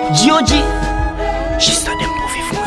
G.O.G. Juste à dem pour vivre.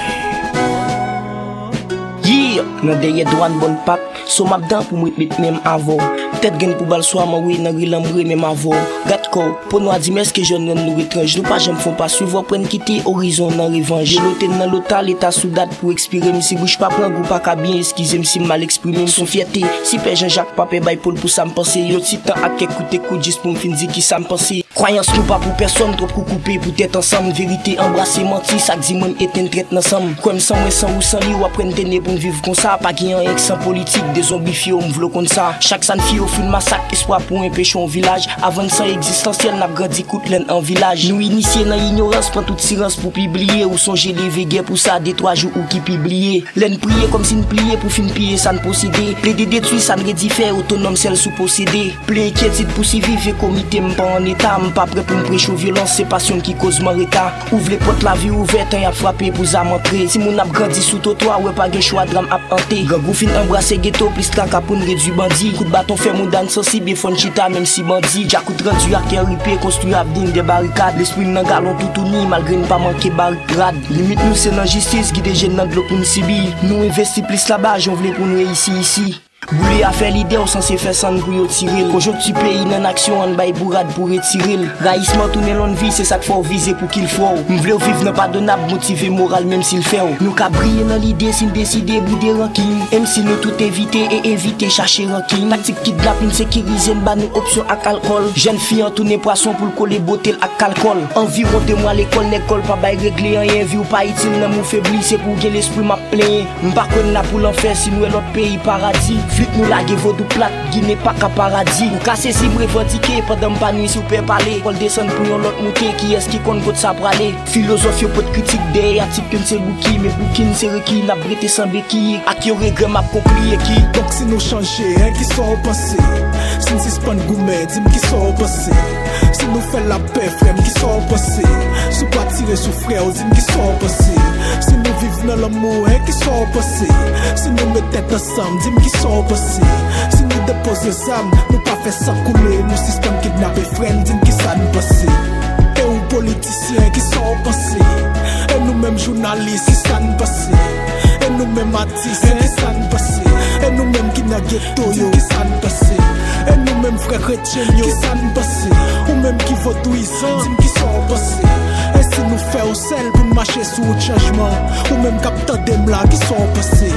Yeah, nan derrière douane bonne patte. So map dan pour m'repet même avant. Peut-être gen pour bal soir m'oué nan rilam même avant. Gat ko, pour nous a dit mais que jeune nous étrange. Nous pas j'aime font pas suivre prendre quitter horizon nan revanche. L'hôtel nan l'hôtel l'état sous date pour expirer. Si bouge pas prendre ou pas ka bien excusez si mal exprimé son fierté. Si père Jean-Jacques Papé bay Paul pour ça me penser. Yo ti temps à écouter coup juste pour me fin dire qui ça me penser. Croyance nous pas pour personne trop coupé pour être ensemble vérité embrasser menti ça dit monde éteint traite ensemble. Comme sans moi sans ou sans li ou apprendre tenir pour vivre comme ça pas gain rien sans politique des zombifiés on v'lo comme ça. Chaque san fille au film massacre espoir pour un péché en village avant sans existentiel n'a grandi coûte l'en en village. Nous initiés dans ignorance prend toute silence pour publier ou songer lever guerre pour ça des 3 jours ou qui publier. L'en prier comme si nous plier pour fin piller ça ne posséder. Plaider détruire ça ne redit faire autonome celle sous posséder. Plaider inquiétude pour si vivre comité m'pas en état pas prêt pour me prêcher violence c'est passion qui cause mon état. Ouvre les portes la vie ouverte y a frappé pour ça m'entrer. Si mon a grandi sous trottoir ouais pas de choix drame à hanter. Gangou fin embrasser ghetto plus traka pour nous réduire bandit. Coup de bâton fait mon dan sensible fon chita même si bandit. J'acoute rendu à cœur ripé construit abdine des barricades. L'esprit nan galon tout ni malgré ne pas manquer barricade. Limite nous c'est dans justice guider jeune dans de l'eau pour nous subir. Nous investir plus là-bas j'en voulais pour nous réussir ici. Boulé a fait l'idée ou censé faire sans pour yo tirer. Conjoncture pays en action en bail bourrade pour retirer. Raïsement tourner l'on vie c'est ça qu'il faut viser pour qu'il faut. M'vle vivre non pardonnable motivé moral même s'il fait. Nous ka briller dans l'idée s'il décider bouder ranking. Même si nous tout éviter et éviter chercher ranking. Tactique kidnapping sécuriser m'ba nous option ak alcool. Jeune fille en tourner poisson pour coller bottle ak alcool. Environ 2 mois l'école pas bail régler rien vie ou pas utile nan mou faibli c'est pour que l'esprit m'a plein. M'pa connait pour l'enfer si nous est l'autre pays paradis. Vite nous laguer vaudou plate, Guinée pas qu'à paradis. Ou casser si revendiquer pendant pas nuit si vous pouvez parler. Pour descendre pour yon l'autre mouté qui est-ce qui compte votre ça praler. Philosophie pas de critique derrière article c'est bouki mais bouki c'est requis n'a brité sans béquille. A qui aurait grand m'a compris qui. Donc si nous changer, hein qui sont passé. Si nous suspend gourmet, dis-moi qui sont passé. Si nous fait la paix frère, qui sont passé. Si pas tirer sous frère, dis-moi qui sont passé. Si nous vivons dans l'amour, hein qui sont passé. Si nous mettons tête ensemble, dis-moi qui sont passé. Si nous déposons les âmes, nous pas fait ça couler. Nous système kidnappé frère, dis-moi qui ça nous passé. Et nous politiciens qui sont passés. Et nous-mêmes journalistes qui ça nous passé. Et nous-mêmes artistes qui ça nous passé. Et nous-mêmes qui n'a ghetto qui ça nous passé. Et nous-mêmes frères chrétiens qui ça nous passé. Ou même qui vaudouisants qui sont passés. Et si nous faisons sel pour marcher sur le changement. Ou même capteurs d'em là qui sont passés.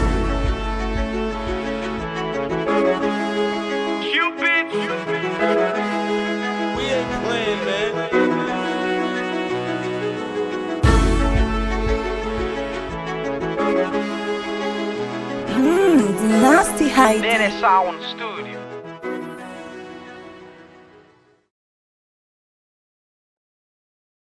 Nasty high. Dennis Saw in the studio.